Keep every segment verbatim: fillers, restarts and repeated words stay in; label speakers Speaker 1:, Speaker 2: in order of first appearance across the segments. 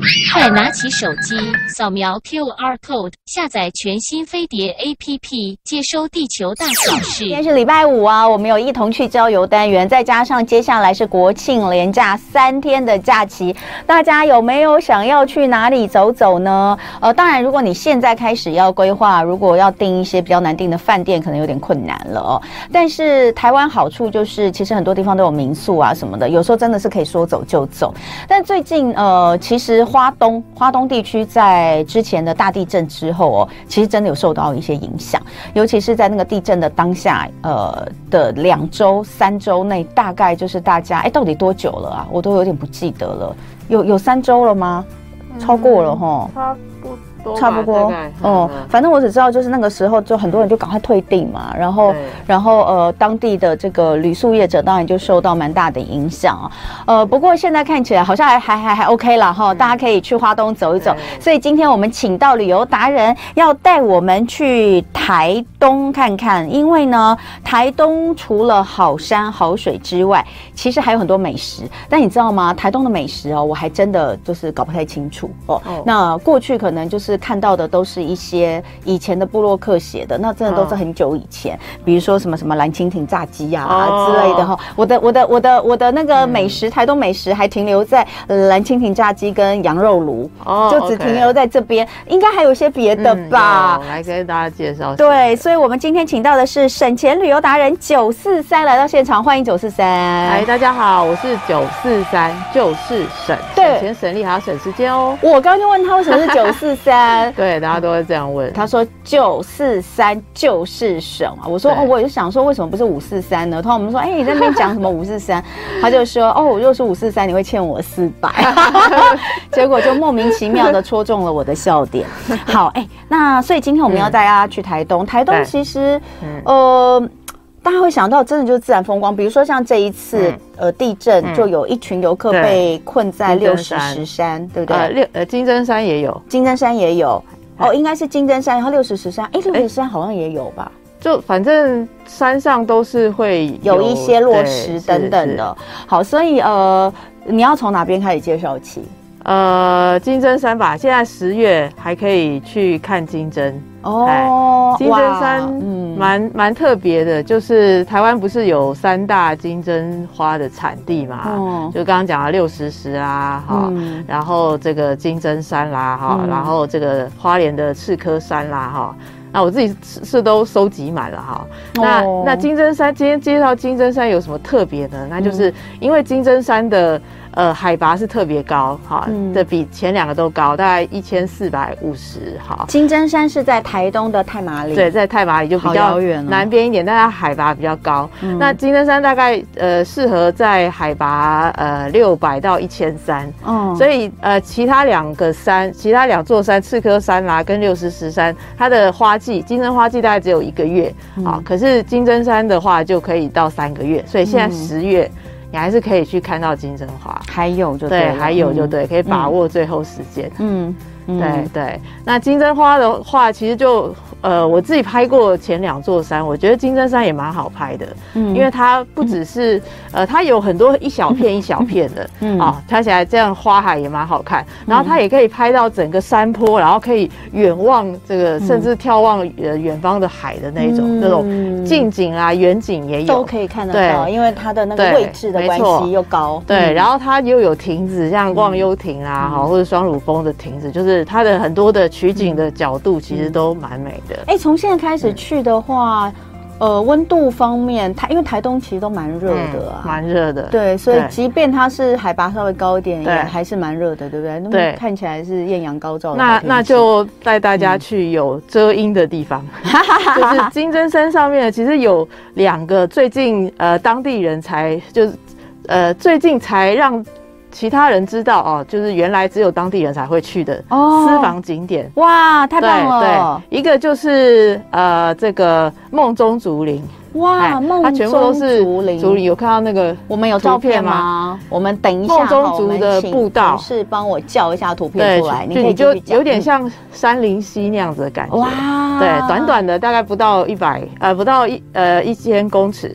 Speaker 1: 快拿起手机，扫描 Q R code， 下载全新飞碟 A P P， 接收地球大小事。
Speaker 2: 今天是礼拜五啊，我们有一同去郊游单元，再加上接下来是国庆连假三天的假期，大家有没有想要去哪里走走呢？呃，当然，如果你现在开始要规划，如果要订一些比较难订的饭店，可能有点困难了哦。但是台湾好处就是，其实很多地方都有民宿啊什么的，有时候真的是可以说走就走。但最近呃，其实花东花东地区在之前的大地震之后哦，其实真的有受到一些影响，尤其是在那个地震的当下，呃的两周三周内，大概就是大家哎，到底多久了啊？我都有点不记得了，有有三周了吗？超过了哈、嗯，
Speaker 3: 差不多。
Speaker 2: 差不多哦、嗯，反正我只知道就是那个时候就很多人就赶快退订嘛，然后然后呃当地的这个旅宿业者当然就受到蛮大的影响啊，呃不过现在看起来好像还还还还 OK 啦哈，大家可以去花东走一走。所以今天我们请到旅游达人要带我们去台东看看，因为呢台东除了好山好水之外，其实还有很多美食。但你知道吗？台东的美食哦，我还真的就是搞不太清楚哦。哦那过去可能就是。看到的都是一些以前的部落客写的，那真的都是很久以前，哦、比如说什么什么蓝蜻蜓炸鸡啊、哦、之类的哈。我的我的我的我的那个美食，嗯、台东美食还停留在蓝蜻蜓炸鸡跟羊肉炉，哦，就只停留在这边，应该还有一些别的吧？
Speaker 3: 嗯、来跟大家介绍。
Speaker 2: 对，所以我们今天请到的是省钱旅游达人九四三来到现场，欢迎九四三。
Speaker 3: 哎，大家好，我是九四三，就是省，省钱省力还要省时间哦。
Speaker 2: 我刚刚就问他为什么是九四三。
Speaker 3: 对，大家都会这样问。
Speaker 2: 他说九四三就是省啊，我说哦，我就想说为什么不是五四三呢？他我们说，哎、欸，你在那边讲什么五四三？他就说，哦，如果是五四三，你会欠我四百。结果就莫名其妙的戳中了我的笑点。好，哎、欸，那所以今天我们要带大家去台东，台东其实，呃。大家会想到真的就是自然风光，比如说像这一次、嗯、呃地震、嗯、就有一群游客被困在六十石山，对不对？
Speaker 3: 呃六呃金针山也有，
Speaker 2: 金针山也有，哦应该是金针山，然后六十石山，哎六十石山好像也有吧？
Speaker 3: 就反正山上都是会 有,
Speaker 2: 有一些落石等等的。好，所以呃你要从哪边开始介绍起？
Speaker 3: 呃金针山吧，现在十月还可以去看金针。哦，金针山蛮蛮、嗯、特别的，就是台湾不是有三大金针花的产地嘛？哦、就刚刚讲了六十石啦，哈、嗯，然后这个金针山啦，哈、嗯，然后这个花莲的赤科山啦，哈。那我自己是都收集满了哈。那、哦、那金针山今天介绍金针山有什么特别呢？那就是因为金针山的呃海拔是特别高哈，的、嗯、比前两个都高，大概一千四百五十哈。
Speaker 2: 金针山是在台东的太麻里，
Speaker 3: 对，在太麻里就比较南边一点，但它海拔比较高。嗯、那金针山大概呃适合在海拔呃六百到一千三，嗯，所以呃其他两个山，其他两座山赤科山啦跟六十石山，它的花金针花季大概只有一个月，嗯、啊，可是金针山的话就可以到三个月，所以现在十月、嗯、你还是可以去看到金针花，
Speaker 2: 还有就 对,
Speaker 3: 对，还有就对，嗯、可以把握最后时间。嗯，嗯对对。那金针花的话，其实就呃我自己拍过前两座山，我觉得金针山也蛮好拍的，嗯，因为它不只是、嗯、呃它有很多一小片一小片的，嗯啊，拍起来这样花海也蛮好看，然后它也可以拍到整个山坡，然后可以远望这个，甚至眺望呃远方的海的那种、嗯、那种近景啊远景也有，
Speaker 2: 都可以看得到，因为它的那个位置的关系又高，
Speaker 3: 对，嗯、然后它又有亭子，像忘忧亭啊，好、嗯、或者双乳峰的亭子，就是它的很多的取景的角度其实都蛮美的。
Speaker 2: 哎、欸，从现在开始去的话，嗯、呃，温度方面，台因为台东其实都蛮热的啊，
Speaker 3: 蛮、嗯、热的。
Speaker 2: 对，所以即便它是海拔稍微高一点，也还是蛮热的，对不对？那么看起来是艳阳高照的。
Speaker 3: 那那就带大家去有遮阴的地方，嗯、就是金针山上面其实有两个最近呃当地人才就是呃最近才让。其他人知道哦，就是原来只有当地人才会去的私房景点、哦、
Speaker 2: 哇，太棒了！
Speaker 3: 对，对一个就是呃这个梦中竹林，
Speaker 2: 哇，梦中竹林，
Speaker 3: 竹林有看到那个
Speaker 2: 我们有照片吗？我们等一下，
Speaker 3: 梦中竹的步道
Speaker 2: 是帮我叫一下图片出来，
Speaker 3: 你可以就有点像山林溪那样子的感觉，哇，对，短短的大概不到一百呃不到一呃一千公尺。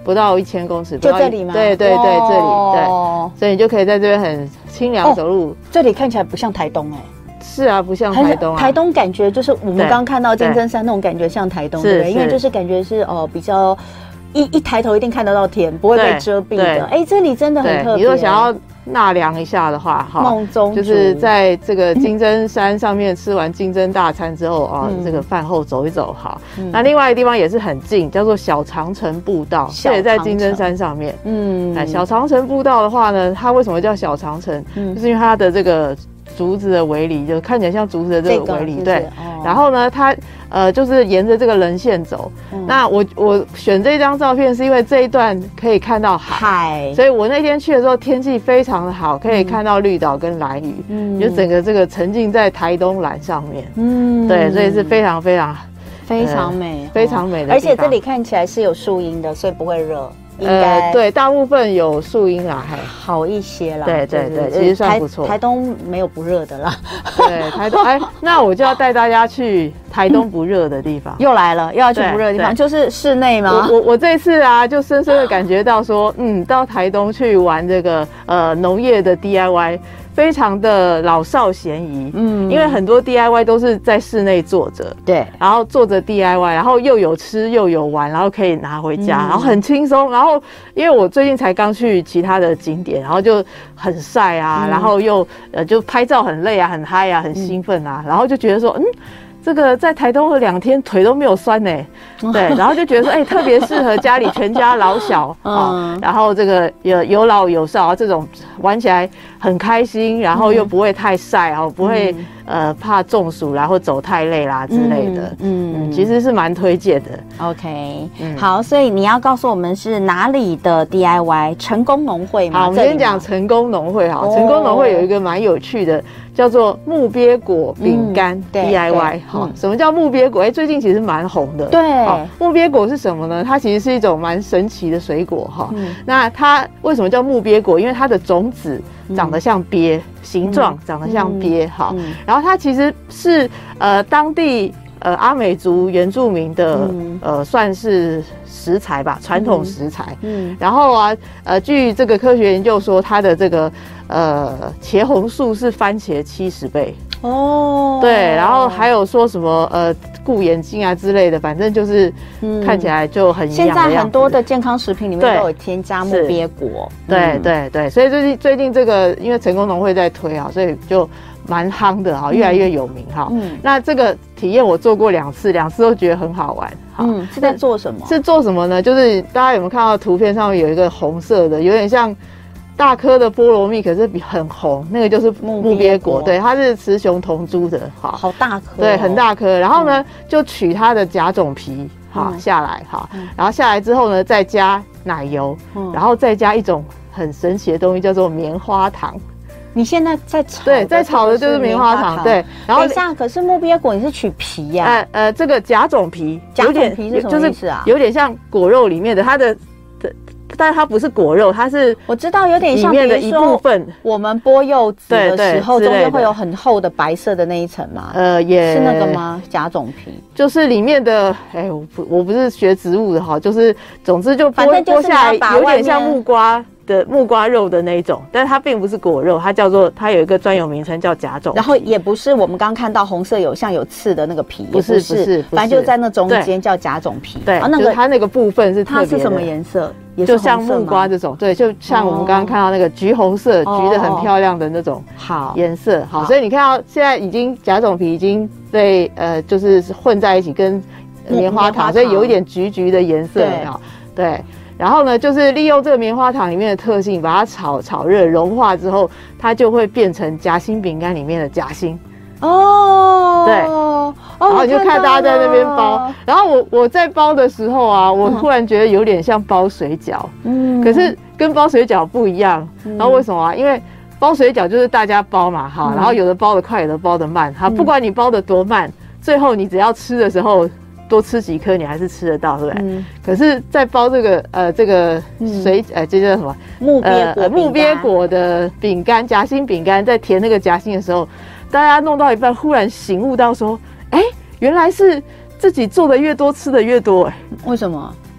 Speaker 3: 不到一千公尺，
Speaker 2: 就这里吗？
Speaker 3: 对对对，这里对，所以你就可以在这边很清凉走路。
Speaker 2: 这里看起来不像台东哎。
Speaker 3: 是啊，不像台东啊。
Speaker 2: 台东感觉就是我们刚刚看到金针山那种感觉像台东，对不对？因为就是感觉是哦比较一一抬头一定看得到天，不会被遮蔽的。哎，这里真的很特别。
Speaker 3: 你如果想要纳凉一下的话，哈，
Speaker 2: 梦中
Speaker 3: 就是在这个金针山上面吃完金针大餐之后啊，嗯、这个饭后走一走，好。嗯、那另外一个地方也是很近，叫做小长城步道，这也在金针山上面。嗯，哎，小长城步道的话呢，它为什么叫小长城？嗯、就是因为它的这个竹子的围篱，就看起来像竹子的这个围篱，这个、对。哦、然后呢，它呃就是沿着这个人线走。嗯、那我我选这张照片是因为这一段可以看到海，海所以我那天去的时候天气非常的好，可以看到绿岛跟兰屿，嗯，就整个这个沉浸在台东蓝上面，嗯，对，所以是非常非常
Speaker 2: 非常美，
Speaker 3: 呃、非常美的地方。
Speaker 2: 而且这里看起来是有树荫的，所以不会热。
Speaker 3: 呃，对，大部分有树荫啦，还
Speaker 2: 好一些啦。
Speaker 3: 对对对，其实算不错。
Speaker 2: 台东没有不热的啦。
Speaker 3: 对，台东，哎，那我就要带大家去台东不热的地方。
Speaker 2: 又来了，又要去不热的地方，就是室内吗？
Speaker 3: 我我我这次啊，就深深的感觉到说，嗯，到台东去玩这个呃农业的 D I Y。非常的老少咸宜，嗯，因为很多 D I Y 都是在室内坐着，
Speaker 2: 对，
Speaker 3: 然后做着 D I Y， 然后又有吃又有玩，然后可以拿回家，嗯、然后很轻松。然后因为我最近才刚去其他的景点，然后就很晒啊，嗯、然后又呃就拍照很累啊，很嗨啊，很兴奋啊，嗯、然后就觉得说，嗯。这个在台东的两天腿都没有酸呢，对，然后就觉得说，哎、欸，特别适合家里全家老小啊、嗯，然后这个有有老有少这种玩起来很开心，然后又不会太晒，然后不会、嗯、呃怕中暑啦或走太累啦之类的，嗯，嗯其实是蛮推荐的。
Speaker 2: OK，、嗯、好，所以你要告诉我们是哪里的 D I Y 成功农会吗？
Speaker 3: 好，我们先讲成功农会哈，成功农会有一个蛮有趣的。叫做木鳖果饼干 D I Y， 好、嗯，什么叫木鳖果？哎、欸，最近其实蛮红的。
Speaker 2: 对，
Speaker 3: 木鳖果是什么呢？它其实是一种蛮神奇的水果哈。嗯、那它为什么叫木鳖果？因为它的种子长得像鳖，嗯、形状长得像鳖哈。嗯、然后它其实是呃当地呃阿美族原住民的、嗯、呃算是食材吧，传统食材。嗯，然后啊呃据这个科学研究说，它的这个呃，茄红素是番茄七十倍哦，对，然后还有说什么呃顾眼睛啊之类的，反正就是看起来就很营养的样子。
Speaker 2: 现在很多的健康食品里面都有添加木鳖果，
Speaker 3: 对嗯、对对，所以最近最近这个因为成功农会在推啊，所以就蛮夯的哈，越来越有名哈。嗯，那这个体验我做过两次，两次都觉得很好玩。
Speaker 2: 嗯，是在做什么？
Speaker 3: 是做什么呢？就是大家有没有看到图片上面有一个红色的，有点像。大颗的菠萝蜜，可是比很红，那个就是木鳖果，对，它是雌雄同株的，
Speaker 2: 好，好大颗、哦，
Speaker 3: 对，很大颗。然后呢，嗯、就取它的甲种皮，好、嗯、下来，好，嗯、然后下来之后呢，再加奶油，嗯、然后再加一种很神奇的东西，叫做棉花糖。
Speaker 2: 你现在在炒，
Speaker 3: 对，在炒的就是棉花糖，对。
Speaker 2: 然后等一下，可是木鳖果你是取皮呀、啊？
Speaker 3: 呃呃，这个甲种皮，
Speaker 2: 甲种皮是什么意思啊？
Speaker 3: 有点像果肉里面的它的。但它不是果肉，它是
Speaker 2: 我知道有点像
Speaker 3: 里面的一部分。
Speaker 2: 我们剥柚子的时候，中间会有很厚的白色的那一层嘛？呃，也是那个吗？甲种皮
Speaker 3: 就是里面的。哎、欸，我不我不是学植物的哈，就是总之就剥剥下来有点像木瓜的木瓜肉的那一种，但是它并不是果肉，它叫做它有一个专有名称叫甲种。
Speaker 2: 然后也不是我们刚刚看到红色有像有刺的那个皮，
Speaker 3: 不是不是，
Speaker 2: 反正就在那中间叫甲种皮。
Speaker 3: 对，啊、那个它那个部分是特别的。
Speaker 2: 它是什么颜色？
Speaker 3: 就像木瓜这种，对，就像我们刚刚看到那个橘红色、哦、橘的很漂亮的那种好颜色，好，好所以你看到现在已经甲种皮已经被呃就是混在一起跟棉花糖，所以有一点橘橘的颜色，对，对。然后呢，就是利用这个棉花糖里面的特性，把它炒炒热融化之后，它就会变成夹心饼干里面的夹心。哦，对，然后你就看大家在那边包，然后我我在包的时候啊，我突然觉得有点像包水饺，嗯，可是跟包水饺不一样，然后为什么啊？因为包水饺就是大家包嘛，哈，然后有的包得快，有的包得慢，哈，不管你包得多慢，最后你只要吃的时候多吃几颗，你还是吃得到，对不对？嗯、可是，在包这个呃这个水、嗯、呃这叫什么
Speaker 2: 木鳖果、呃、
Speaker 3: 木鳖果的饼干夹心饼干，在填那个夹心的时候，大家弄到一半，忽然醒悟到说，哎，原来是自己做的越多，吃的越多，哎，
Speaker 2: 为什么？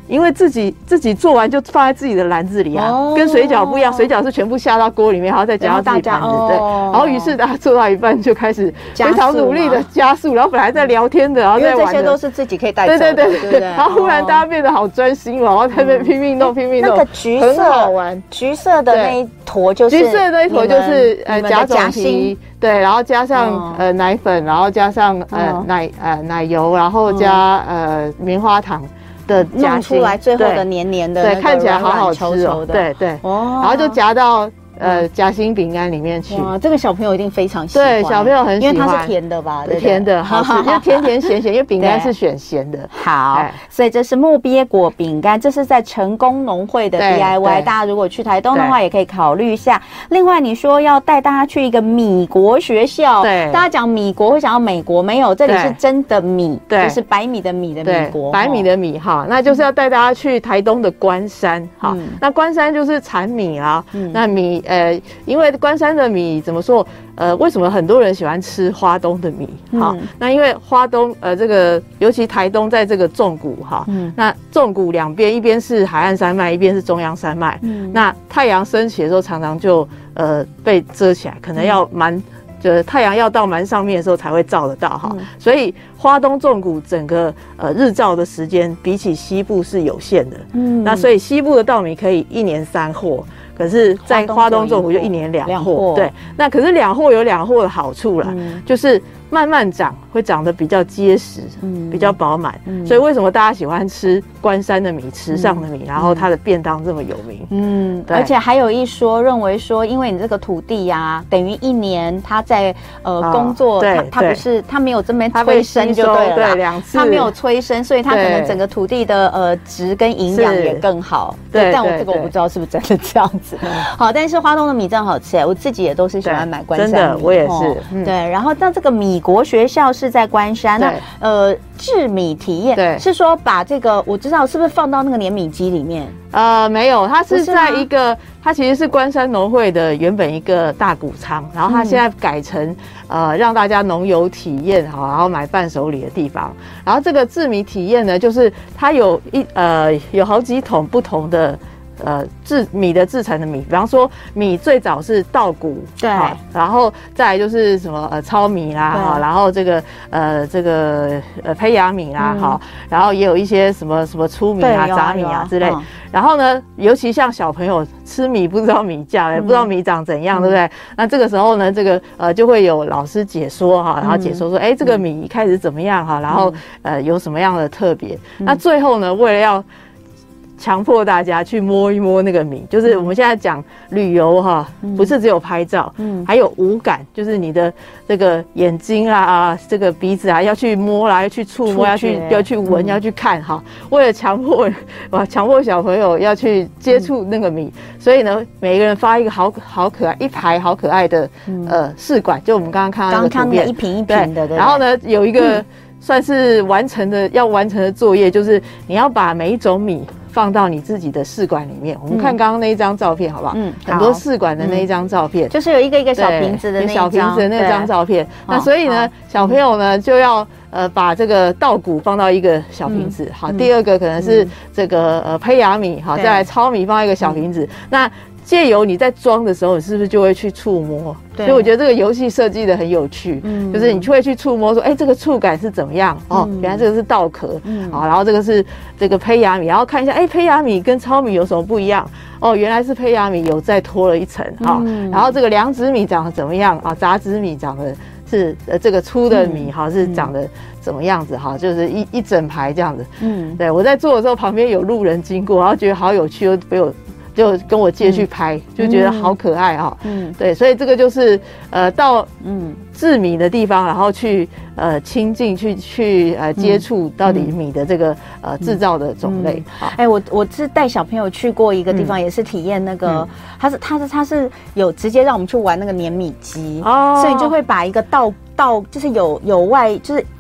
Speaker 3: 因为自己自己做完就放在自己的篮子里啊，哦、跟水饺不一样，水饺是全部下到锅里面，然后再夹到自己盘子，哦、对。然后于是大家做到一半就开始非常努力的加速，然后本来在聊天的，然后在玩的，
Speaker 2: 因为这些都是自己可以带走的，
Speaker 3: 对对对对对。然后忽然大家变得好专心，然后在那边拼命弄拼命弄，
Speaker 2: 那个橘色
Speaker 3: 很好玩，
Speaker 2: 橘色的那一坨就是
Speaker 3: 橘色的那一坨就是呃夹种皮，对，然后加上呃奶粉，然后加上呃奶呃奶油，然后加呃棉花糖。的
Speaker 2: 弄出来最后的黏黏的，
Speaker 3: 对，看起来好好吃哦，对对，哦，然后就夹到呃夹心饼干里面去。
Speaker 2: 哇，这个小朋友一定非常喜欢，
Speaker 3: 对，小朋友很喜欢，
Speaker 2: 因为它是甜的吧？对，
Speaker 3: 甜的，好吃，因为甜甜咸咸，因为饼干是选咸的。
Speaker 2: 好，所以这是木鳖果饼干，这是在成功农会的 D I Y， 大家如果去台东的话，也可以考虑一下。另外，你说要带大家去一个米国学校，对，大家讲米国会想到美国，没有，这里是真的米，对，就是白米的米的米国，
Speaker 3: 白米的米哈，那就是要带大家去台东的关山，好，那关山就是产米啦，那米呃，因为关山的米怎么说？呃，为什么很多人喜欢吃花东的米？好，嗯、那因为花东呃，这个尤其台东在这个纵谷哈，嗯、那纵谷两边，一边是海岸山脉，一边是中央山脉。嗯、那太阳升起的时候，常常就呃被遮起来，可能要蛮。嗯就是太阳要到蛮上面的时候才会照得到哈，嗯、所以花东纵谷整个呃日照的时间比起西部是有限的，嗯，那所以西部的稻米可以一年三获，可是在花东纵谷就一年两获，对，那可是两获有两获的好处啦，嗯、就是慢慢长会长得比较结实，嗯、比较饱满，嗯、所以为什么大家喜欢吃关山的米、池上的米，嗯、然后它的便当这么有名？
Speaker 2: 嗯，而且还有一说认为说，因为你这个土地呀、啊，等于一年它在呃、哦、工作，它它不是它没有这么催生就对了，
Speaker 3: 对，两次
Speaker 2: 它没有催生，所以它可能整个土地的呃质跟营养也更好。对，但我这个我不知道是不是真的这样子。好，但是花东的米真的好吃哎，我自己也都是喜欢买关山米，
Speaker 3: 真的我也是。
Speaker 2: 嗯、对，然后那这个米国学校是在关山，那呃制米体验，对，是说把这个我知道是不是放到那个碾米机里面？
Speaker 3: 呃，没有，它是在一个，它其实是关山农会的原本一个大谷仓，然后它现在改成、嗯、呃让大家农游体验哈，然后买伴手礼的地方。然后这个制米体验呢，就是它有一呃有好几桶不同的。呃，制米的制成的米，比方说米最早是稻谷，
Speaker 2: 对，
Speaker 3: 然后再来就是什么呃糙米啦，哈，然后这个呃这个呃胚芽米啦，哈、嗯，然后也有一些什么什么粗米啊、杂米啊之类。嗯、然后呢，尤其像小朋友吃米不知道米价，也、嗯、不知道米长怎样，对不对？那这个时候呢，这个呃就会有老师解说哈，然后解说说，哎、嗯，这个米一开始怎么样哈，然后、嗯、呃有什么样的特别？嗯、那最后呢，为了要强迫大家去摸一摸那个米，就是我们现在讲旅游哈，嗯、不是只有拍照，嗯，还有五感，就是你的这个眼睛啦、啊，这个鼻子啊，要去摸啦，要去触摸，要去要去闻，嗯、要去看哈。为了强迫哇，强迫小朋友要去接触那个米，嗯、所以呢，每一个人发一个好好可爱一排好可爱的、嗯、呃试管，就我们刚刚看到那个图片，
Speaker 2: 一瓶一瓶的，对。
Speaker 3: 然后呢，有一个算是完成的、嗯、要完成的作业，就是你要把每一种米放到你自己的试管里面。我们看刚刚那一张照片好不好？嗯，很多试管的那一张照片、嗯、
Speaker 2: 就是有一个一个小瓶子的那一张小瓶子的
Speaker 3: 那张照片。那所以呢，小朋友呢就要呃把这个稻谷放到一个小瓶子，嗯、好，第二个可能是这个呃胚芽米，好，再来糙米放到一个小瓶子。那借由你在装的时候，你是不是就会去触摸？所以我觉得这个游戏设计的很有趣，嗯，就是你就会去触摸，说，哎、欸，这个触感是怎么样？哦，嗯、原来这个是稻壳，嗯，啊，然后这个是这个胚芽米，然后看一下，哎、欸，胚芽米跟糙米有什么不一样？哦，原来是胚芽米有再脱了一层啊，嗯、然后这个良子米长得怎么样啊？杂子米长得是呃这个粗的米哈、嗯、是长得怎么样子哈？就是一一整排这样子，嗯，对我在做的时候，旁边有路人经过，然后觉得好有趣，又被我。就跟我借去拍，嗯、就觉得好可爱哈、哦。嗯，对，所以这个就是呃到嗯制米的地方，然后去呃亲近去去呃接触到底米的这个、嗯、呃制造的种类。
Speaker 2: 哎、嗯欸，我我是带小朋友去过一个地方，嗯、也是体验那个，嗯、他是他是他是有直接让我们去玩那个碾米机哦，所以你就会把一个稻稻就是有有外就是。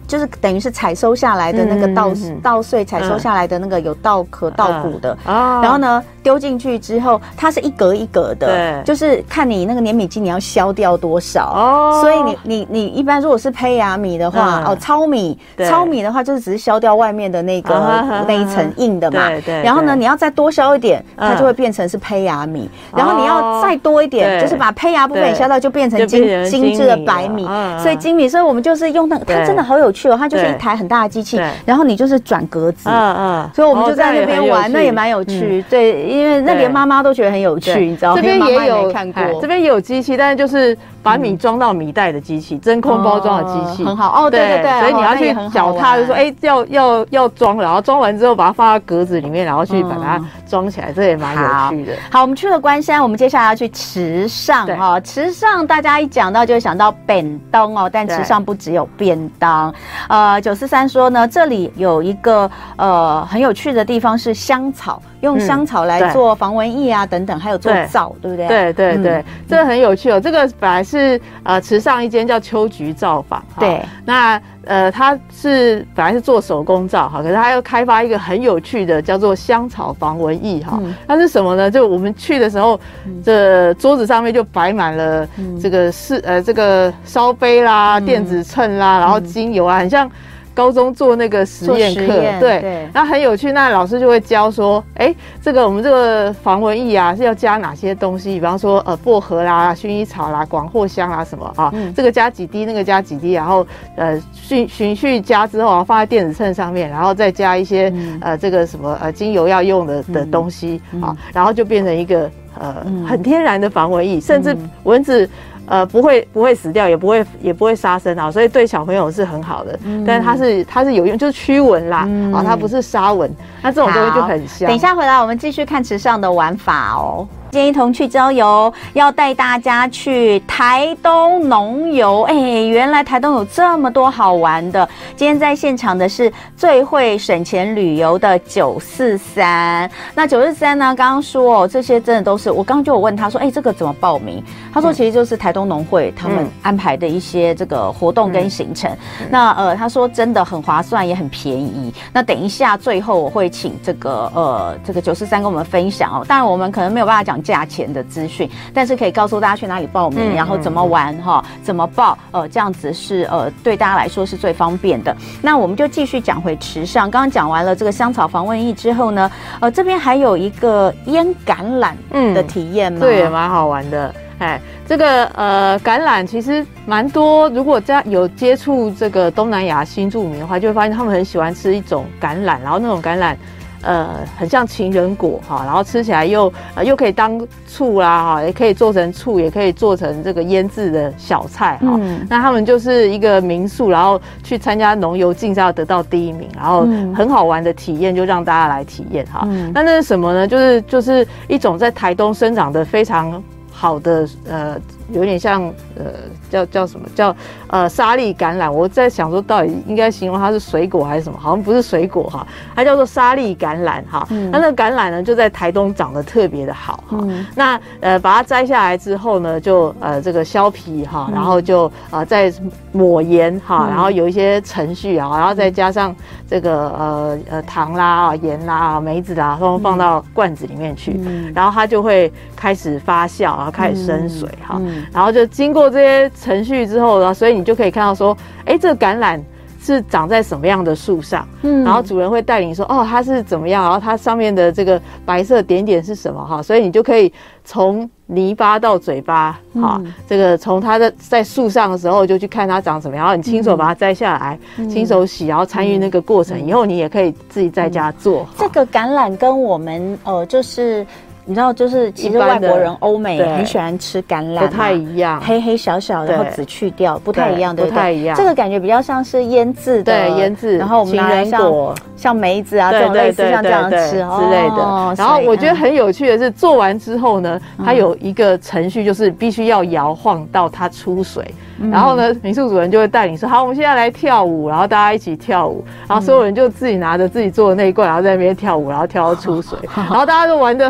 Speaker 2: 就是等于是采收下来的那个稻稻穗，采收下来的那个有稻壳、稻谷的，然后呢丢进去之后，它是一格一格的，对，就是看你那个碾米机你要削掉多少哦，所以你你你一般如果是胚芽米的话，哦，糙米糙米的话就是只是削掉外面的那个那一层硬的嘛，对对，然后呢你要再多削一点，它就会变成是胚芽米，然后你要再多一点，就是把胚芽部分削掉，就变成精精致的白米，所以精米，所以我们就是用那个，它真的好有趣哦，它就是一台很大的机器，然后你就是转格子，嗯嗯，所以我们就在那边玩，那也蛮有趣，对，因为那连妈妈都觉得很有趣，你知道吗？
Speaker 3: 这边也有看过，这边也有机器，但是就是把米装到米袋的机器，真空包装的机器，
Speaker 2: 很好哦，对对对，
Speaker 3: 所以你要去脚踏，就说哎要要要装了，然后装完之后把它放到格子里面，然后去把它装起来，这也蛮有趣的。
Speaker 2: 好，我们去了关山，我们接下来要去池上哈，池上大家一讲到就会想到便当哦，但池上不只有便当，呃，九四三说呢，这里有一个呃很有趣的地方是香草，用香草来做防蚊液啊等等，还有做皂，对不对？
Speaker 3: 对对对，这个很有趣哦。这个本来是呃池上一间叫秋菊皂坊，
Speaker 2: 对，
Speaker 3: 那呃它是本来是做手工皂哈，可是它又开发一个很有趣的叫做香草防蚊液哈。它是什么呢？就我们去的时候，这桌子上面就摆满了这个是呃这个烧杯啦、电子秤啦，然后精油啊，很像高中做那个实验课，对，对，然后很有趣。那老师就会教说，哎，这个我们这个防蚊液啊是要加哪些东西？比方说，呃，薄荷啦、薰衣草啦、广藿香啦什么啊，嗯、这个加几滴，那个加几滴，然后呃循循序加之后，然后放在电子秤上面，然后再加一些、嗯、呃这个什么呃精油要用的的东西、嗯、啊，然后就变成一个呃、嗯、很天然的防蚊液，甚至蚊子。呃，不会不会死掉，也不会也不会杀生啊，所以对小朋友是很好的。嗯、但是它是它是有用，就是驱蚊啦，嗯、啊，它不是杀蚊。那这种东西就很香。
Speaker 2: 等一下回来，我们继续看池上的玩法哦。今天一同去郊游，要带大家去台东农游。哎，原来台东有这么多好玩的。今天在现场的是最会省钱旅游的九四三。那九四三呢，刚刚说哦，这些真的都是我刚刚就有问他说，哎，这个怎么报名？他说其实就是台东农会他们安排的一些这个活动跟行程。嗯、那呃，他说真的很划算，也很便宜。那等一下最后我会请这个呃这个九四三跟我们分享哦。当然我们可能没有办法讲价钱的资讯，但是可以告诉大家去哪里报名，嗯、然后怎么玩哈，怎么报，呃，这样子是呃对大家来说是最方便的。那我们就继续讲回池上，刚刚讲完了这个香草防蚊液之后呢，呃，这边还有一个腌橄榄的体验吗？
Speaker 3: 这、嗯、也蛮好玩的。哎，这个呃橄榄其实蛮多，如果在有接触这个东南亚新住民的话，就会发现他们很喜欢吃一种橄榄，然后那种橄榄。呃，很像情人果哈，然后吃起来又呃又可以当醋啦哈，也可以做成醋，也可以做成这个腌制的小菜哈。嗯、那他们就是一个民宿，然后去参加农游竞赛，要得到第一名，然后很好玩的体验，就让大家来体验哈。嗯、那那是什么呢？就是就是一种在台东生长的非常好的呃。有点像呃叫叫什么叫呃沙粒橄榄，我在想说到底应该形容它是水果还是什么，好像不是水果哈，它叫做沙粒橄榄哈。嗯、那那个橄榄呢就在台东长得特别的好哈。嗯、那呃把它摘下来之后呢，就呃这个削皮哈，然后就呃再抹盐哈，然后有一些程序啊，然后再加上这个呃呃糖啦、盐啦、梅子啦，都放到罐子里面去，嗯、然后它就会开始发酵，然后开始生水哈。嗯嗯然后就经过这些程序之后呢，所以你就可以看到说，哎，这个橄榄是长在什么样的树上？嗯，然后主人会带领说，哦，它是怎么样？然后它上面的这个白色点点是什么？哈，所以你就可以从泥巴到嘴巴，哈、嗯，这个从它的在树上的时候就去看它长什么样，然后你亲手把它摘下来，嗯、亲手洗，然后参与那个过程，嗯、以后你也可以自己在家做。
Speaker 2: 这个橄榄跟我们呃就是。你知道，就是其实外国人欧美很喜欢吃橄榄，
Speaker 3: 不太一样，
Speaker 2: 黑黑小小的，然后籽去掉，不太一样，对不对？
Speaker 3: 不太一样。
Speaker 2: 这个感觉比较像是腌制的，
Speaker 3: 对，腌制。
Speaker 2: 然后我们拿来像像梅子啊这种类似像这样吃
Speaker 3: 之类的。然后我觉得很有趣的是，做完之后呢，它有一个程序，就是必须要摇晃到它出水。然后呢，民宿主人就会带领说：“好，我们现在来跳舞。”然后大家一起跳舞，然后所有人就自己拿着自己做的那一罐，然后在那边跳舞，然后跳到出水，然后大家都玩得很开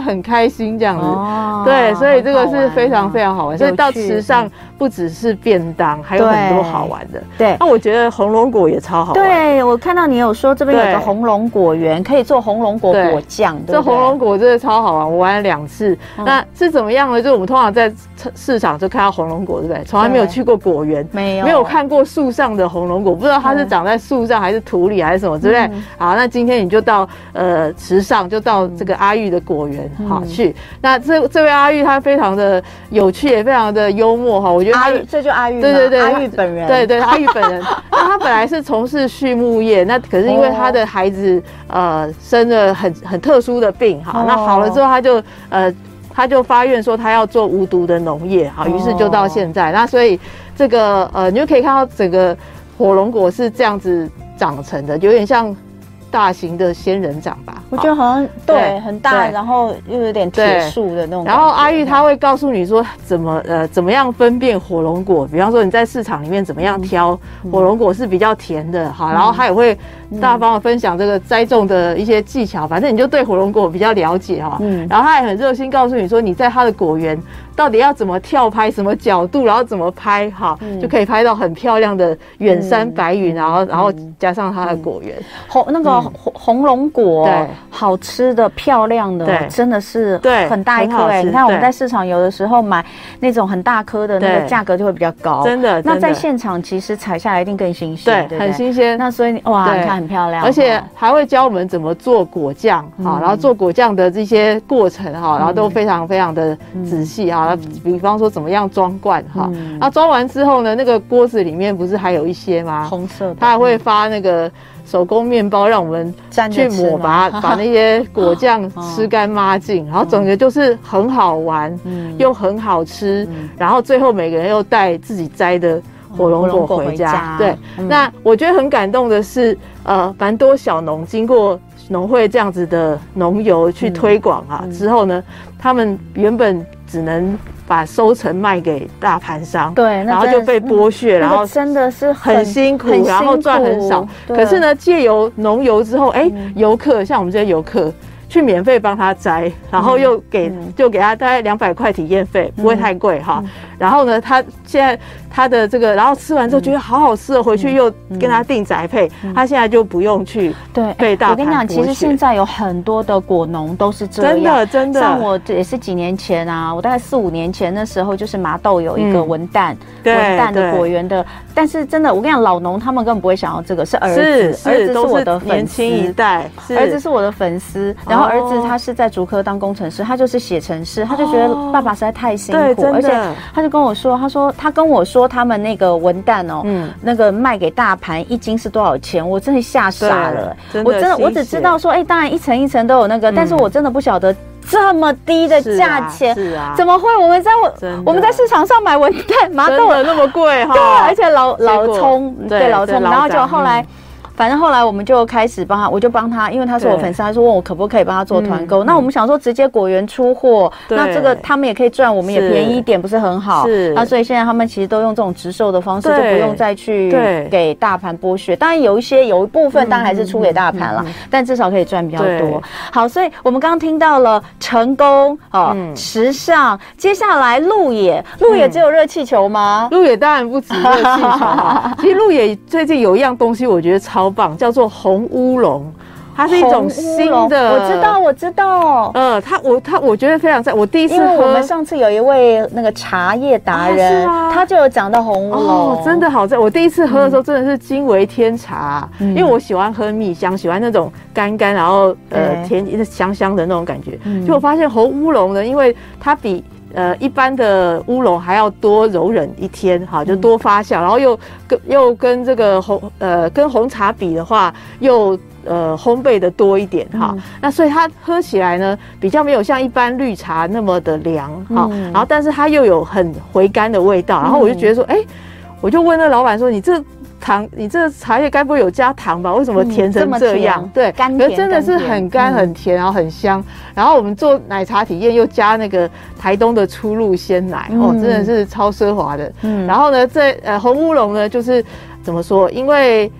Speaker 3: 心这样子。哦，对，所以这个是非常非常好玩。所以到池上不只是便当，还有很多好玩的。对，那我觉得红龙果也超好玩。
Speaker 2: 对，我看到你有说这边有个红龙果园，可以做红龙果果酱。
Speaker 3: 这红龙果真的超好玩，我玩了两次。那是怎么样呢？就我们通常在市场就看到红龙果，对不对？从来没有去过果园，没有没有看过树上的红龙果，不知道它是长在树上还是土里还是什么，对不对？好，那今天你就到呃池上，就到这个阿玉的果园好去。那这这位阿玉他非常的有趣，也非常的幽默哈。我觉得
Speaker 2: 阿玉这就阿玉，
Speaker 3: 对对对，
Speaker 2: 阿玉本人，
Speaker 3: 对对，阿玉本人。那他本来是从事畜牧业，那可是因为他的孩子呃生了很很特殊的病哈，那好了之后他就呃。他就发愿说他要做无毒的农业，好，于是就到现在。那所以这个呃，你就可以看到整个火龙果是这样子长成的，有点像大型的仙人掌吧。
Speaker 2: 我觉得好像对很大，然后又有点铁树的那种。
Speaker 3: 然后阿玉他会告诉你说怎么呃怎么样分辨火龙果，比方说你在市场里面怎么样挑火龙果是比较甜的，好，然后他也会大方的分享这个栽种的一些技巧，反正你就对火龙果比较了解哈。嗯，然后他也很热心告诉你说你在他的果园到底要怎么跳拍，什么角度，然后怎么拍哈，就可以拍到很漂亮的远山白云，然后然后加上他的果园
Speaker 2: 红那个红红龙果，对，好吃的漂亮的，真的是很大一颗哎。你看我们在市场有的时候买那种很大颗的，那个价格就会比较高，
Speaker 3: 真的。
Speaker 2: 那在现场其实采下来一定更新鲜，
Speaker 3: 对，很新鲜。
Speaker 2: 那所以哇，你看很漂亮，
Speaker 3: 而且还会教我们怎么做果酱哈，然后做果酱的这些过程哈，然后都非常非常的仔细哈。比方说怎么样装罐哈，那装完之后呢，那个锅子里面不是还有一些吗？
Speaker 2: 红色的，
Speaker 3: 它还会发那个手工面包让我们去抹，把把那些果酱吃干抹净，然后整个就是很好玩，又很好吃，然后最后每个人又带自己摘的火龙果回家。对，那我觉得很感动的是，呃，蛮多小农经过农会这样子的农游去推广啊，之后呢，他们原本只能把收成卖给大盘商，对，然后就被剥削，然后
Speaker 2: 真的是
Speaker 3: 很辛苦，然后赚很少。可是呢，借由农游之后，哎，游客像我们这些游客去免费帮他摘，然后又给就给他大概两百块体验费，不会太贵哈。然后呢，他现在他的这个，然后吃完之后觉得好好吃哦，回去又跟他订宅配，他现在就不用去
Speaker 2: 对
Speaker 3: 被大盘剥削。
Speaker 2: 我跟你讲，其实现在有很多的果农都是这样，
Speaker 3: 真的真的。
Speaker 2: 像我也是几年前啊，我大概四五年前那时候，就是麻豆有一个文旦文旦的果园的，但是真的，我跟你讲，老农他们根本不会想要这个，是儿子，儿子是我的粉丝，
Speaker 3: 年轻一代，
Speaker 2: 儿子是我的粉丝，然后儿子他是在竹科当工程师，他就是写程式，他就觉得爸爸实在太辛苦，而且他就跟我说，他说他跟我说他们那个文旦哦，嗯，那个卖给大盘一斤是多少钱，我真的吓傻了，我真的我只知道说，哎，当然一层一层都有那个，但是我真的不晓得这么低的价钱，是啊，怎么会？我们在我我们在市场上买文旦，麻豆
Speaker 3: 那么贵哈，
Speaker 2: 对，而且老老葱，对老葱，然后就后来。反正后来我们就开始帮他，我就帮他，因为他是我粉丝，他说问我可不可以帮他做团购。那我们想说直接果园出货，那这个他们也可以赚，我们也便宜一点，不是很好？是。那所以现在他们其实都用这种直售的方式，就不用再去给大盘剥削。当然有一些有一部分当然还是出给大盘了，但至少可以赚比较多。好，所以我们刚刚听到了成功哦，时尚，接下来鹿野，鹿野只有热气球吗？
Speaker 3: 鹿野当然不止热气球，其实鹿野最近有一样东西，我觉得超棒，叫做红乌龙，它是一种新的，
Speaker 2: 我知道，我知道。
Speaker 3: 呃，它我它我觉得非常赞。我第一次喝，
Speaker 2: 因为我们上次有一位那个茶叶达人，啊、他就有讲到红乌龙、哦，
Speaker 3: 真的好赞。我第一次喝的时候真的是惊为天茶，嗯、因为我喜欢喝蜜香，喜欢那种干干然后呃甜香香的那种感觉。嗯、就我发现红乌龙呢，因为它比呃，一般的乌龙还要多柔韧一天，哈，就多发酵，然后又跟又跟这个红呃跟红茶比的话，又呃烘焙的多一点，哈、嗯，那所以它喝起来呢，比较没有像一般绿茶那么的凉，哈、嗯，然后但是它又有很回甘的味道，然后我就觉得说，哎、欸，我就问那老板说，你这糖，你这茶叶该不会有加糖吧？为什么甜成这样？嗯、对，
Speaker 2: 甘
Speaker 3: 甜，真的是很干很甜，然后很香。然后我们做奶茶体验又加那个台东的初露鲜奶，嗯、哦，真的是超奢华的。嗯，然后呢，这呃红乌龙呢，就是怎么说？因为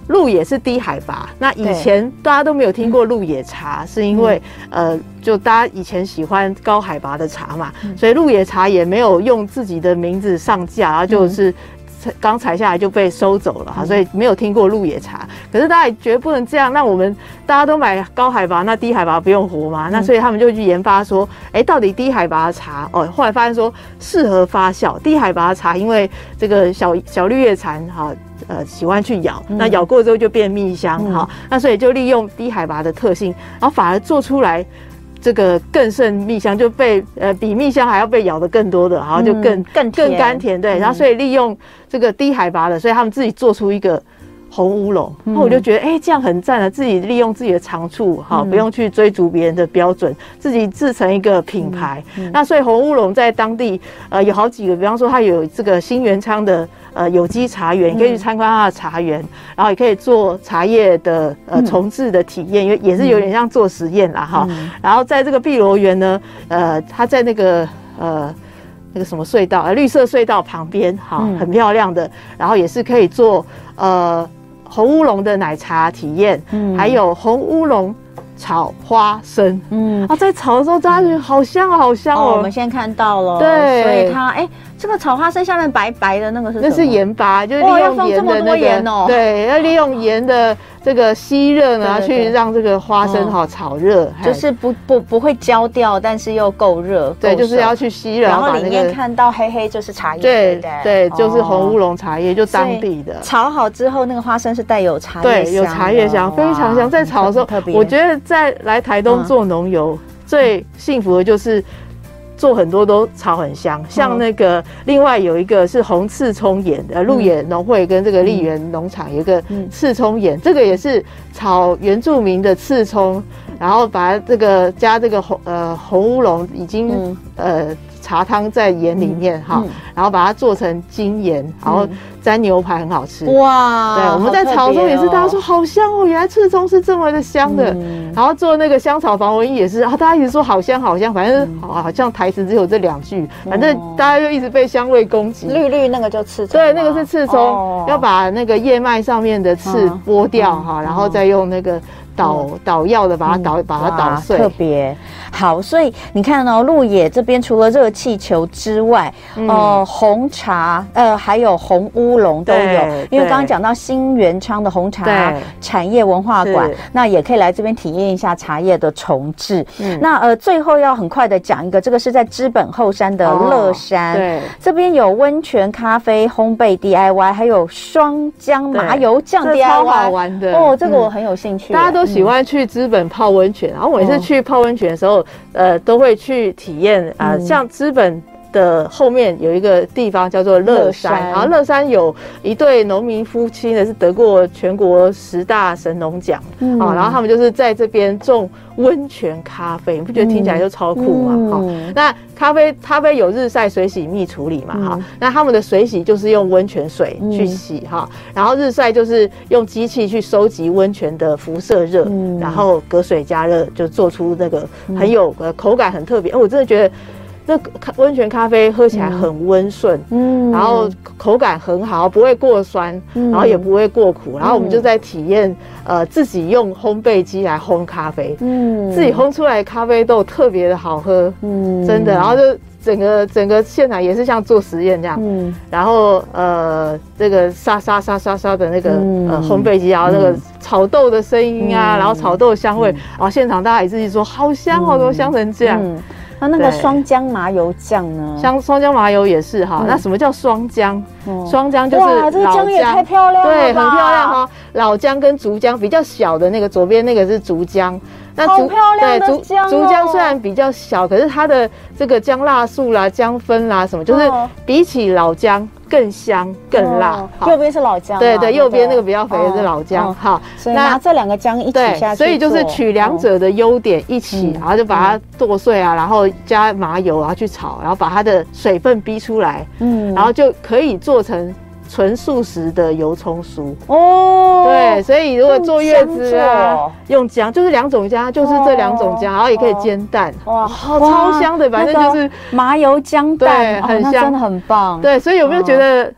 Speaker 3: 鹿野是低海拔，那以前大家都没有听过鹿野茶，是因为、嗯、呃，就大家以前喜欢高海拔的茶嘛，嗯、所以鹿野茶也没有用自己的名字上架，然后就是刚采下来就被收走了哈，嗯、所以没有听过鹿野茶。可是大家也觉得不能这样，那我们大家都买高海拔，那低海拔不用活嘛？嗯、那所以他们就去研发说，哎、欸，到底低海拔的茶哦，后来发现说适合发酵，低海拔的茶因为这个小小绿叶蝉哈。呃，喜欢去咬，那咬过之后就变蜜香哈、嗯，那所以就利用低海拔的特性，然后反而做出来这个更胜蜜香，就被呃比蜜香还要被咬的更多的，然后就更、嗯、更更甘甜，对，然后所以利用这个低海拔的，所以他们自己做出一个红乌龙，那我就觉得哎、欸，这样很赞啊！自己利用自己的长处，哈、嗯，不用去追逐别人的标准，自己制成一个品牌。嗯嗯、那所以红乌龙在当地呃有好几个，比方说它有这个新元昌的呃有机茶园，你可以去参观它的茶园，嗯、然后也可以做茶叶的呃重制的体验，因为也是有点像做实验啦哈。嗯、然后在这个碧螺园呢，呃，它在那个呃。那个什么隧道，呃，绿色隧道旁边，哈，嗯、很漂亮的，然后也是可以做呃红乌龙的奶茶体验，嗯，还有红乌龙炒花生，嗯，啊，在炒的时候大家觉得好香啊，好香哦。
Speaker 2: 哦我们现在看到了，
Speaker 3: 对，
Speaker 2: 所以它，哎、欸，这个炒花生下面白白的那个是什么？
Speaker 3: 那是盐巴，就是利用盐的那个，
Speaker 2: 哦、
Speaker 3: 对，要利用盐的这个吸热呢，对对对去让这个花生哈炒热，
Speaker 2: 就是不不不会焦掉，但是又够热，
Speaker 3: 对，就是要去吸热，
Speaker 2: 然后里面看到黑黑就是茶叶，
Speaker 3: 对对，就是红乌龙茶叶，就当地的。
Speaker 2: 炒好之后，那个花生是带有茶叶香，
Speaker 3: 对，有茶叶香，非常香。在炒的时候，我觉得在来台东做农游最幸福的就是做很多都炒很香，像那个另外有一个是红刺葱盐的鹿野农会跟这个丽园农场有一个刺葱盐，这个也是炒原住民的刺葱，然后把这个加这个红呃红乌龙已经呃茶汤在盐里面哈，嗯嗯、然后把它做成精盐，然后沾牛排很好吃。哇！对，我们在炒的时候也是，大家说好香哦，原来刺葱是这么的香的。嗯、然后做那个香草防蚊液也是，啊，大家一直说好香好香，反正好好像台词只有这两句，反正大家就一直被香味攻击。
Speaker 2: 绿绿那个就刺葱，
Speaker 3: 对，那个是刺葱，哦、要把那个叶脉上面的刺剥掉哈，嗯、然后再用那个。捣捣药的把它捣、嗯、把它捣碎，
Speaker 2: 特别好。所以你看哦，鹿野这边除了热气球之外，嗯、呃，红茶呃还有红乌龙都有。因为刚刚讲到新元昌的红茶产业文化馆，那也可以来这边体验一下茶叶的重制。嗯、那呃最后要很快的讲一个，这个是在知本后山的乐山，哦、对，这边有温泉咖啡烘焙 D I Y， 还有双姜麻油酱 D I Y，
Speaker 3: 超好玩的
Speaker 2: 哦，这个我很有兴趣。
Speaker 3: 大家都喜欢去知本泡温泉，然后我每次去泡温泉的时候，呃，都会去体验啊、呃，像知本的后面有一个地方叫做乐山，然后乐山有一对农民夫妻呢，是得过全国十大神农奖啊、嗯哦，然后他们就是在这边种温泉咖啡，你不觉得听起来就超酷吗？哈、嗯哦，那咖啡咖啡有日晒水洗蜜处理嘛，哈、嗯，那他们的水洗就是用温泉水去洗哈、嗯，然后日晒就是用机器去收集温泉的辐射热，嗯、然后隔水加热就做出那个很有呃口感很特别，我真的觉得。那温泉咖啡喝起来很温顺，嗯，然后口感很好，不会过酸，嗯、然后也不会过苦。然后我们就在体验，呃，自己用烘焙机来烘咖啡，嗯，自己烘出来的咖啡豆特别的好喝，嗯，真的。然后就整个整个现场也是像做实验这样，嗯，然后呃，这个沙沙沙沙沙的那个、嗯、呃烘焙机，然后那个炒豆的声音啊，嗯、然后炒豆的香味，嗯、然后现场大家也自己说好香，好多香成这样。嗯
Speaker 2: 那那个双姜麻油酱呢？
Speaker 3: 像双姜麻油也是哈。嗯、那什么叫双姜？哦、双姜就是老姜，
Speaker 2: 这个姜也太漂亮了，
Speaker 3: 对，很漂亮哈。老姜跟竹姜比较小的那个，左边那个是竹姜。
Speaker 2: 那好漂亮的姜、哦、
Speaker 3: 对，竹竹姜虽然比较小，可是它的这个姜辣素啦、姜酚啦什么，就是比起老姜更香更辣。
Speaker 2: 哦、右边是老姜、啊，
Speaker 3: 对对，右边那个比较肥的是老姜。哈、哦，
Speaker 2: 所以拿这两个姜一起下去，
Speaker 3: 所以就是取两者的优点一起，嗯、然后就把它剁碎啊，然后加麻油，然后去炒，然后把它的水分逼出来，嗯，然后就可以做成。纯素食的油葱酥哦，对，所以如果坐月子啊，用姜就是两种姜，就是这两种姜，然后也可以煎蛋，哇，好超香的，反正就是
Speaker 2: 麻油姜蛋，
Speaker 3: 对，很香，
Speaker 2: 真的很棒。
Speaker 3: 对，所以有没有觉得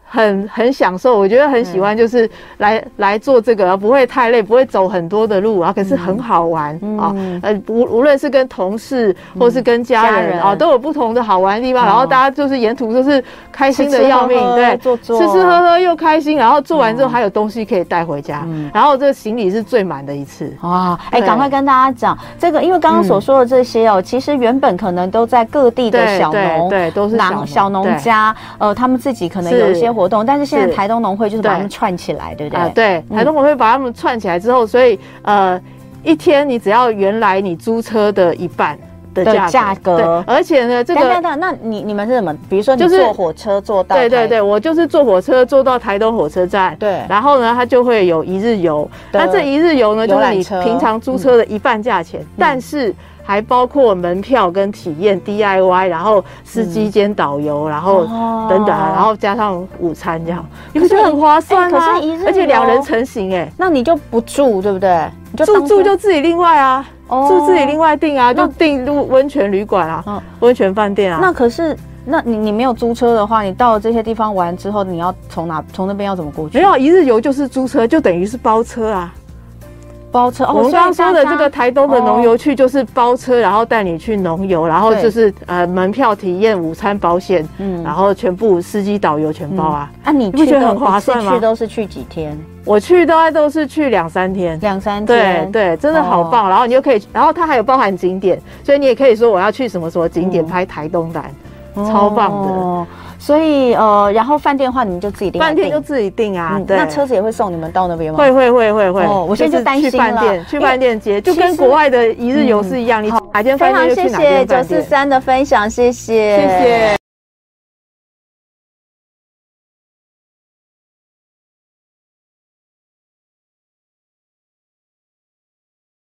Speaker 3: 很很享受，我觉得很喜欢，就是来、嗯、来做这个，不会太累，不会走很多的路啊，可是很好玩、嗯、啊。呃，无无论是跟同事或是跟家人、嗯、家人啊，都有不同的好玩的地方。嗯、然后大家就是沿途都是开心的要命，吃吃喝喝对，坐坐吃吃喝喝又开心，然后做完之后还有东西可以带回家，嗯、然后这个行李是最满的一次。
Speaker 2: 哇，哎，赶快跟大家讲这个，因为刚刚所说的这些哦，嗯、其实原本可能都在各地的小农，
Speaker 3: 对，对都是小农
Speaker 2: 小农家，呃，他们自己可能有一些活动，但是现在台东农会就是把他们串起来，对不对？啊，
Speaker 3: 对，台东农会把他们串起来之后，所以呃，一天你只要原来你租车的一半的价格，价格对，而且呢，这个
Speaker 2: 等等，那你你们是怎么？比如说你坐火车坐到，
Speaker 3: 对对对，我就是坐火车坐到台东火车站，
Speaker 2: 对，
Speaker 3: 然后呢，它就会有一日游，那这一日游呢，就是你平常租车的一半价钱，嗯、但是还包括门票跟体验 D I Y， 然后司机兼导游，嗯、然后等等，然后加上午餐这样，你不觉得很划算吗？
Speaker 2: 可是一日游，
Speaker 3: 而且两人成行哎，
Speaker 2: 那你就不住对不对？
Speaker 3: 你就住住就自己另外啊。哦、住自己另外订啊，就订入温泉旅馆啊，嗯、温泉饭店啊。
Speaker 2: 那可是，那你你没有租车的话，你到了这些地方玩之后，你要从哪从那边要怎么过去？
Speaker 3: 没有一日游就是租车，就等于是包车啊。
Speaker 2: 包车，哦、
Speaker 3: 我们刚刚说的这个台东的农游去就是包车，然后带你去农游，然后就是呃门票、体验、午餐、保险，嗯，然后全部司机导游全包啊。
Speaker 2: 嗯、啊，你
Speaker 3: 不觉得很划算吗？
Speaker 2: 去都是去几天？
Speaker 3: 我去大概都是去两三天，
Speaker 2: 两三天，
Speaker 3: 对对，真的好棒。哦、然后你就可以，然后它还有包含景点，所以你也可以说我要去什么什么景点拍台东版，嗯、超棒的。
Speaker 2: 哦所以呃，然后饭店的话，你们就自己订，
Speaker 3: 饭店就自己订啊。对，
Speaker 2: 那车子也会送你们到那边吗？
Speaker 3: 会会会会会。
Speaker 2: 哦，我现在就担心了。
Speaker 3: 去饭店，去饭店接，就跟国外的一日游是一样，你哪间饭店就去哪间饭店。
Speaker 2: 非常谢谢九四三的分享，谢谢，
Speaker 3: 谢谢。